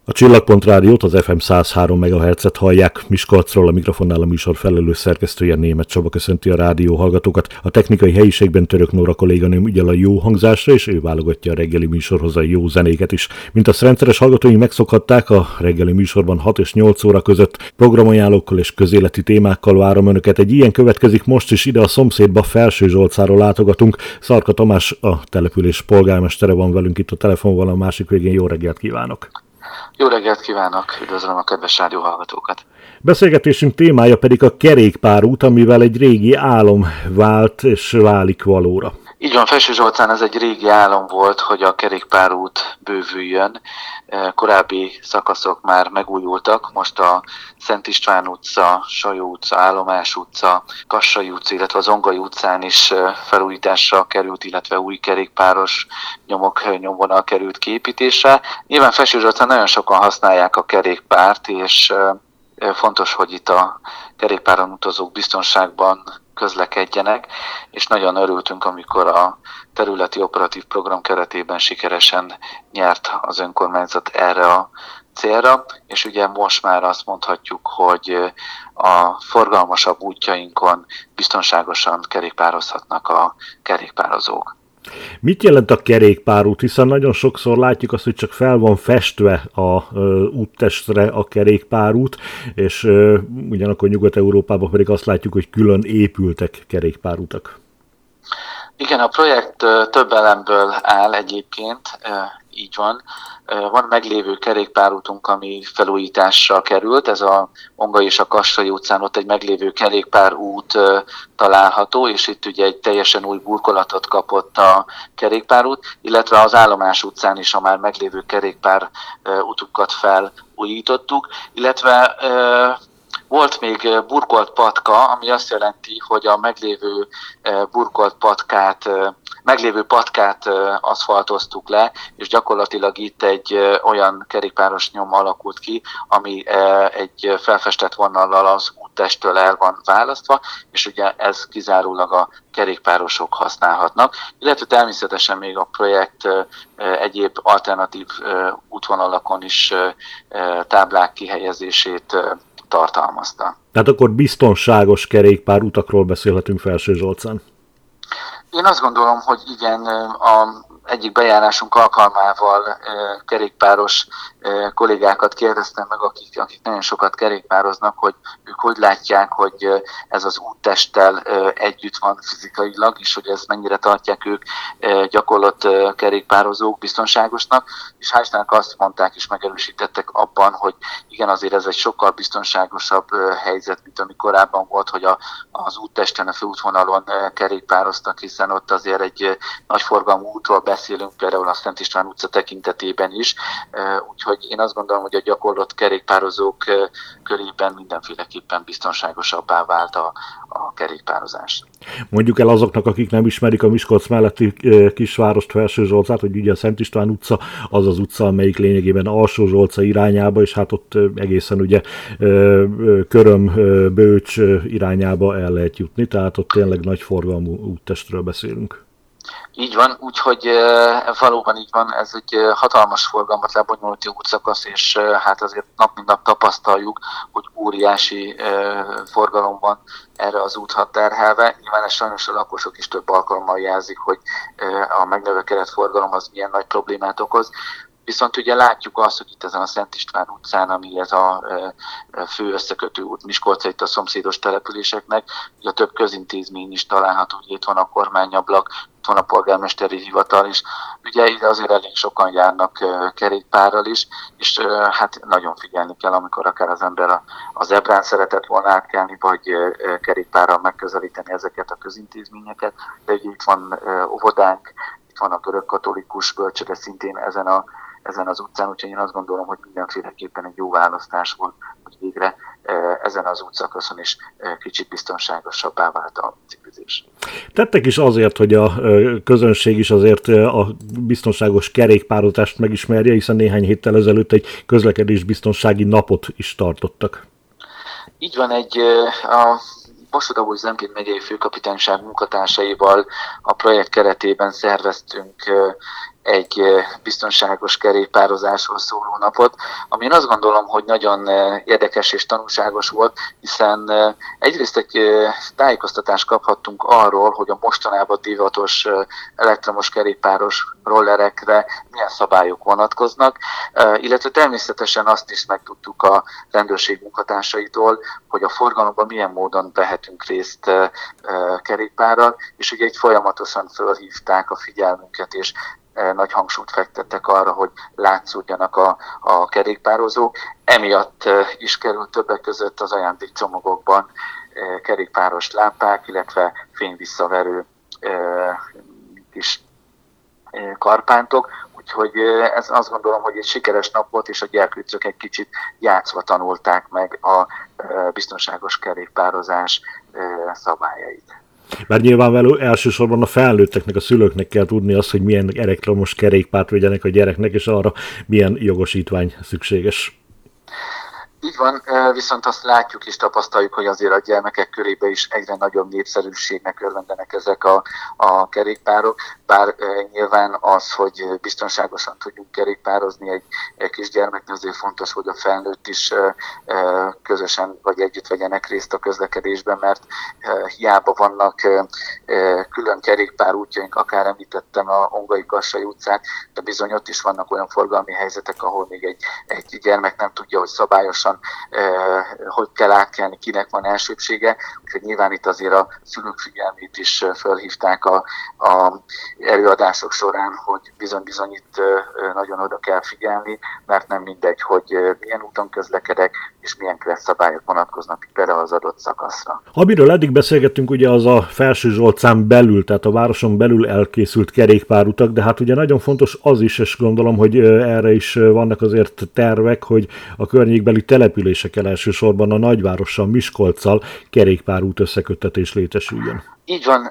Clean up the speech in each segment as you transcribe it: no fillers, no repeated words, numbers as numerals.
A Csillagpont Rádiót, az FM 103 MHz-et hallják. Miskolcról a mikrofonnál a műsor felelős szerkesztője, Németh Csaba köszönti a rádió hallgatókat. A technikai helyiségben Török Nóra kolléganőm ügyel a jó hangzásra, és ő válogatja a reggeli műsorhoz a jó zenéket is. Mint azt rendszeres hallgatóink megszokhatták, a reggeli műsorban 6 és 8 óra között programajánlókkal és közéleti témákkal várom önöket. Egy ilyen következik most is, ide a szomszédba, Felső Zsolcáról látogatunk. Szarka Tamás, a település polgármestere van velünk itt a telefonval, a másik végén. Jó reggelt kívánok! Jó reggelt kívánok, üdvözlöm a kedves rádióhallgatókat! Beszélgetésünk témája pedig a kerékpárút, amivel egy régi álom vált és válik valóra. Így van, Felső Zsolcán ez egy régi álom volt, hogy a kerékpárút bővüljön. Korábbi szakaszok már megújultak, most a Szent István utca, Sajó utca, Állomás utca, Kassai utca, illetve az Zongai utcán is felújításra került, illetve új kerékpáros nyomvonal került kiépítésre. Nyilván Felső Zsolcán nagyon sokan használják a kerékpárt, és fontos, hogy itt a kerékpáron utazók biztonságban közlekedjenek, és nagyon örültünk, amikor a területi operatív program keretében sikeresen nyert az önkormányzat erre a célra, és ugye most már azt mondhatjuk, hogy a forgalmasabb útjainkon biztonságosan kerékpározhatnak a kerékpározók. Mit jelent a kerékpárút? Hiszen nagyon sokszor látjuk azt, hogy csak fel van festve a úttestre a kerékpárút, és ugyanakkor Nyugat-Európában pedig azt látjuk, hogy külön épültek kerékpárutak. Igen, a projekt több elemből áll egyébként, így van. Van meglévő kerékpárútunk, ami felújításra került, ez a Ongai és a Kassai utcán, ott egy meglévő kerékpárút található, és itt ugye egy teljesen új burkolatot kapott a kerékpárút, illetve az Állomás utcán is a már meglévő kerékpárútukat felújítottuk, illetve volt még burkolt patka, ami azt jelenti, hogy a meglévő burkolt patkát aszfaltoztuk le, és gyakorlatilag itt egy olyan kerékpáros nyom alakult ki, ami egy felfestett vonallal az úttesttől el van választva, és ugye ez kizárólag a kerékpárosok használhatnak, illetve természetesen még a projekt egyéb alternatív útvonalakon is táblák kihelyezését tartalmazta. Tehát akkor biztonságos kerékpárutakról beszélhetünk Felső Zsolcán. Én azt gondolom, hogy igen, egyik bejárásunk alkalmával kerékpáros kollégákat kérdeztem meg, akik nagyon sokat kerékpároznak, hogy ők hogy látják, hogy ez az úttesttel együtt van fizikailag, és hogy ez mennyire tartják ők gyakorlott kerékpározók biztonságosnak, és hál' Istennek azt mondták és megerősítettek abban, hogy igen, azért ez egy sokkal biztonságosabb helyzet, mint ami korábban volt, hogy az úttesten, a főútvonalon kerékpároztak, hiszen ott azért egy nagyforgalmú útról beszélünk, például a Szent István utca tekintetében is, úgyhogy én azt gondolom, hogy a gyakorlott kerékpározók körében mindenféleképpen biztonságosabbá vált a kerékpározás. Mondjuk el azoknak, akik nem ismerik a Miskolc melletti kisvárost, Felső Zsolcát, hogy ugye a Szent István utca az az utca, amelyik lényegében Alsó Zsolca irányába, és hát ott egészen ugye Köröm, Bőcs irányába el lehet jutni, tehát ott tényleg nagy forgalmú úttestről beszélünk. Így van, úgyhogy valóban így van, ez egy hatalmas forgalmat lebonyolító útszakasz, és hát azért nap mint nap tapasztaljuk, hogy óriási forgalom van erre az úthat terhelve. Nyilván ez sajnos a lakosok is több alkalommal jelzik, hogy a megnövekedett forgalom az milyen nagy problémát okoz. Viszont ugye látjuk azt, hogy itt ezen a Szent István utcán, ami ez a fő összekötő út Miskolc, itt a szomszédos településeknek, ugye több közintézmény is található, ugye itt van a kormányablak, itt van a polgármesteri hivatal is, ugye ide azért elég sokan járnak kerékpárral is, és hát nagyon figyelni kell, amikor akár az ember a zebrán szeretett volna átkelni, vagy kerékpárral megközelíteni ezeket a közintézményeket, de ugye itt van óvodánk, itt van a görögkatolikus bölcsőde szintén ezen az utcán, úgyhogy én azt gondolom, hogy mindenféleképpen egy jó választás volt, hogy végre ezen az útszakaszon is kicsit biztonságosabbá vált a cipőzés. Tettek is azért, hogy a közönség is azért a biztonságos kerékpározást megismerje, hiszen néhány héttel ezelőtt egy közlekedésbiztonsági napot is tartottak. Így van, a Borsod-Abaúj-Zemplén megyei főkapitányság munkatársaival a projekt keretében szerveztünk egy biztonságos kerékpározásról szóló napot, ami én azt gondolom, hogy nagyon érdekes és tanulságos volt, hiszen egyrészt egy tájékoztatást kaphattunk arról, hogy a mostanában divatos elektromos kerékpáros rollerekre milyen szabályok vonatkoznak, illetve természetesen azt is megtudtuk a rendőrség munkatársaitól, hogy a forgalomban milyen módon vehetünk részt kerékpárral, és ugye egy folyamatosan fölhívták a figyelmünket, és nagy hangsúlyt fektettek arra, hogy látszódjanak a kerékpározók. Emiatt is került többek között az ajándékcsomagokban kerékpáros lámpák, illetve fényvisszaverő kis karpántok. Úgyhogy ez azt gondolom, hogy egy sikeres nap volt, és a gyerkőcök egy kicsit játszva tanulták meg a biztonságos kerékpározás szabályait. Mert nyilvánvaló elsősorban a felnőtteknek, a szülőknek kell tudni azt, hogy milyen elektromos kerékpárt vegyenek a gyereknek, és arra milyen jogosítvány szükséges. Így van, viszont azt látjuk és tapasztaljuk, hogy azért a gyermekek körében is egyre nagyobb népszerűségnek örvendenek ezek a kerékpárok, bár nyilván az, hogy biztonságosan tudjunk kerékpározni egy kisgyermeknél, azért fontos, hogy a felnőtt is közösen vagy együtt vegyenek részt a közlekedésben, mert hiába vannak külön kerékpárútjaink, akár említettem a Ongai-Kassai utcát, de bizony ott is vannak olyan forgalmi helyzetek, ahol még egy gyermek nem tudja, hogy szabályosan hogy kell átkelni, kinek van elsőbsége, úgyhogy nyilván itt azért a szülők figyelmét is felhívták a előadások során, hogy bizony itt nagyon oda kell figyelni, mert nem mindegy, hogy milyen úton közlekedek, és milyen keretszabályok vonatkoznak bele az adott szakaszra. Amiről eddig beszélgettünk, ugye az a Felső Zsolcán belül, tehát a városon belül elkészült kerékpárutak, de hát ugye nagyon fontos az is, és gondolom, hogy erre is vannak azért tervek, hogy a környékbeli településekkel, elsősorban a nagyvárossal, Miskolccal kerékpárút összeköttetés létesüljön. Így van.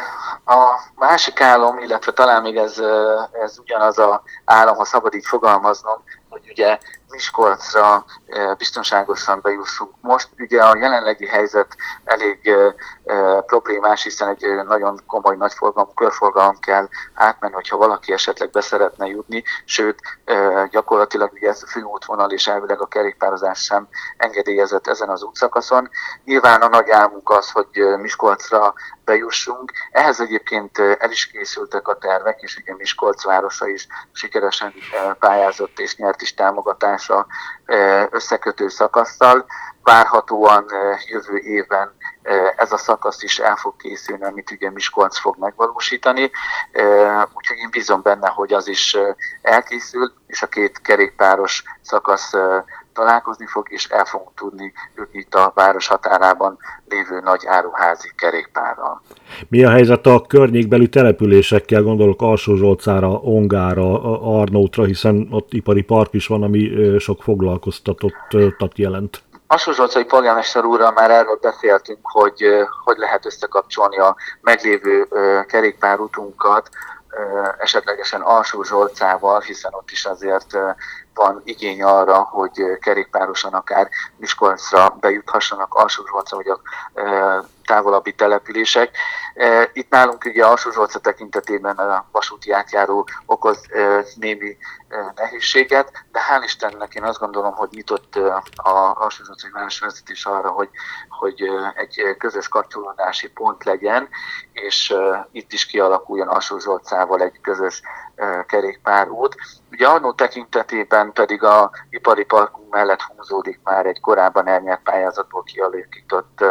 A másik álom, illetve talán még ez ugyanaz az álom, ha szabad így fogalmaznom, hogy ugye Miskolcra biztonságosan bejussunk. Most ugye a jelenlegi helyzet elég problémás, hiszen egy nagyon komoly nagyforgalmú körforgalom kell átmenni, hogyha valaki esetleg beszeretne jutni, sőt gyakorlatilag ugye ez a főútvonal és elvileg a kerékpározás sem engedélyezett ezen az útszakaszon. Nyilván a nagy álmunk az, hogy Miskolcra bejussunk. Ehhez egyébként el is készültek a tervek, és ugye Miskolc városa is sikeresen pályázott és nyert is támogatásra összekötő szakasszal. Várhatóan jövő évben ez a szakasz is el fog készülni, amit ugye Miskolc fog megvalósítani. Úgyhogy én bízom benne, hogy az is elkészül, és a két kerékpáros szakasz találkozni fog, és el fogunk tudni jutni itt a város határában lévő nagy áruházi kerékpárral. Mi a helyzet a környékbeli településekkel, gondolok Alsó-Zsolcára, Ongára, Arnótra, hiszen ott ipari park is van, ami sok foglalkoztatottat jelent. Alsó-Zsolcai polgármester úrral már erről beszéltünk, hogy lehet összekapcsolni a meglévő kerékpárútunkat, esetlegesen Alsó-Zsolcával, hiszen ott is azért van igény arra, hogy kerékpárosan akár Miskolcra bejuthassanak Alsó-Zsolca vagy a távolabbi települések. Itt nálunk ugye Alsó-Zsolca tekintetében a vasúti átjáró okoz némi nehézséget, de hál' Istennek én azt gondolom, hogy nyitott a Alsó-Zsolcai városvezetés arra, hogy egy közös kapcsolódási pont legyen, és itt is kialakuljon Alsó-Zsolcával egy közös kerékpárút. Ugye Arnó tekintetében pedig a ipari parkunk mellett húzódik már egy korábban elnyert pályázatból kialakított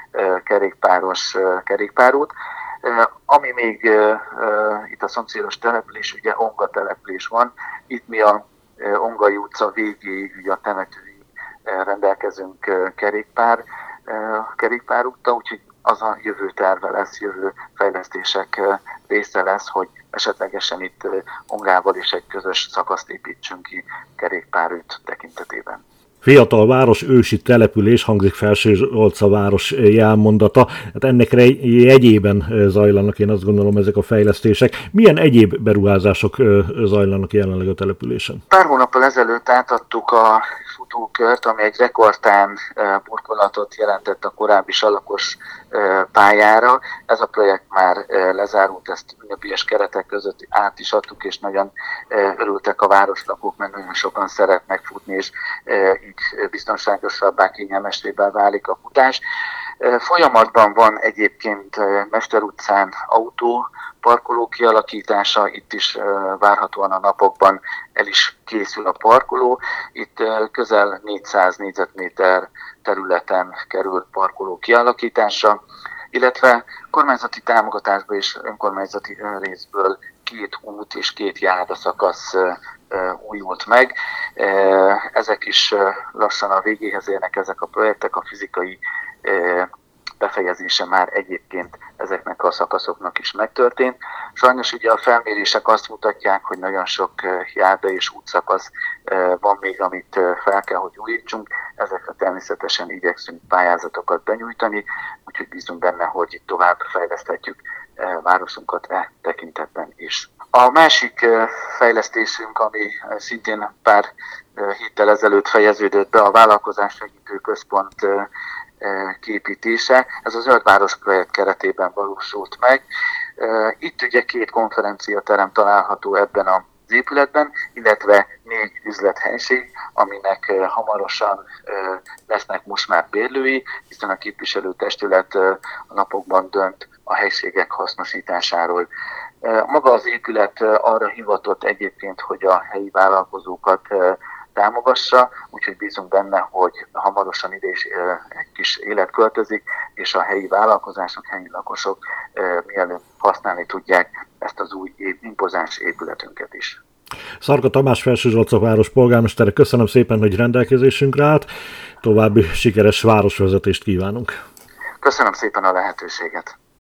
kerékpáros kerékpárút. Ami még itt a szomszédos település, ugye Onga település van. Itt mi a Ongai utca végéig, ugye a temetőig rendelkezünk kerékpárúttal, úgyhogy az a jövő terve lesz, jövő fejlesztések része lesz, hogy esetlegesen itt Ongával is egy közös szakaszt építsünk ki kerékpárút tekintetében. Fiatal város, ősi település, hangzik Felsőzsolca város jelmondata. Hát ennek jegyében zajlanak, én azt gondolom, ezek a fejlesztések. Milyen egyéb beruházások zajlanak jelenleg a településen? Pár hónappal ezelőtt átadtuk a futókört, ami egy rekordtán burkolatot jelentett a korábbi salakos pályára. Ez a projekt már lezárult, ezt ünnepélyes keretek között át is adtuk, és nagyon örültek a városlakók, mert nagyon sokan szeretnek futni, és így biztonságosabbá, kényelmesebbé válik a futás. Folyamatban van egyébként Mester utcán autóparkoló kialakítása, itt is várhatóan a napokban el is készül a parkoló. Itt közel 400 négyzetméter területen kerül parkoló kialakítása, illetve kormányzati támogatásból és önkormányzati részből 2 út és 2 járdaszakasz újult meg. Ezek is lassan a végéhez érnek ezek a projektek, a fizikai befejezése már egyébként ezeknek a szakaszoknak is megtörtént. Sajnos ugye a felmérések azt mutatják, hogy nagyon sok járda és útszakasz van még, amit fel kell, hogy újítsunk. Ezekre természetesen igyekszünk pályázatokat benyújtani, úgyhogy bízunk benne, hogy itt tovább fejleszthetjük városunkat tekintetben is. A másik fejlesztésünk, ami szintén pár héttel ezelőtt fejeződött be, a vállalkozássegítő központ kiépítése. Ez a Zöld Város projekt keretében valósult meg. Itt ugye 2 konferenciaterem található ebben az épületben, illetve 4 üzlethelyiség, aminek hamarosan lesznek most már bérlői, hiszen a képviselőtestület a napokban dönt a helységek hasznosításáról. Maga az épület arra hivatott egyébként, hogy a helyi vállalkozókat támogassa, úgyhogy bízunk benne, hogy hamarosan ide is egy kis élet költözik, és a helyi vállalkozások, helyi lakosok mielőtt használni tudják ezt az új impozáns épületünket is. Szarka Tamás, Felsőzsolca város polgármestere, köszönöm szépen, hogy rendelkezésünkre állt. További sikeres városvezetést kívánunk. Köszönöm szépen a lehetőséget.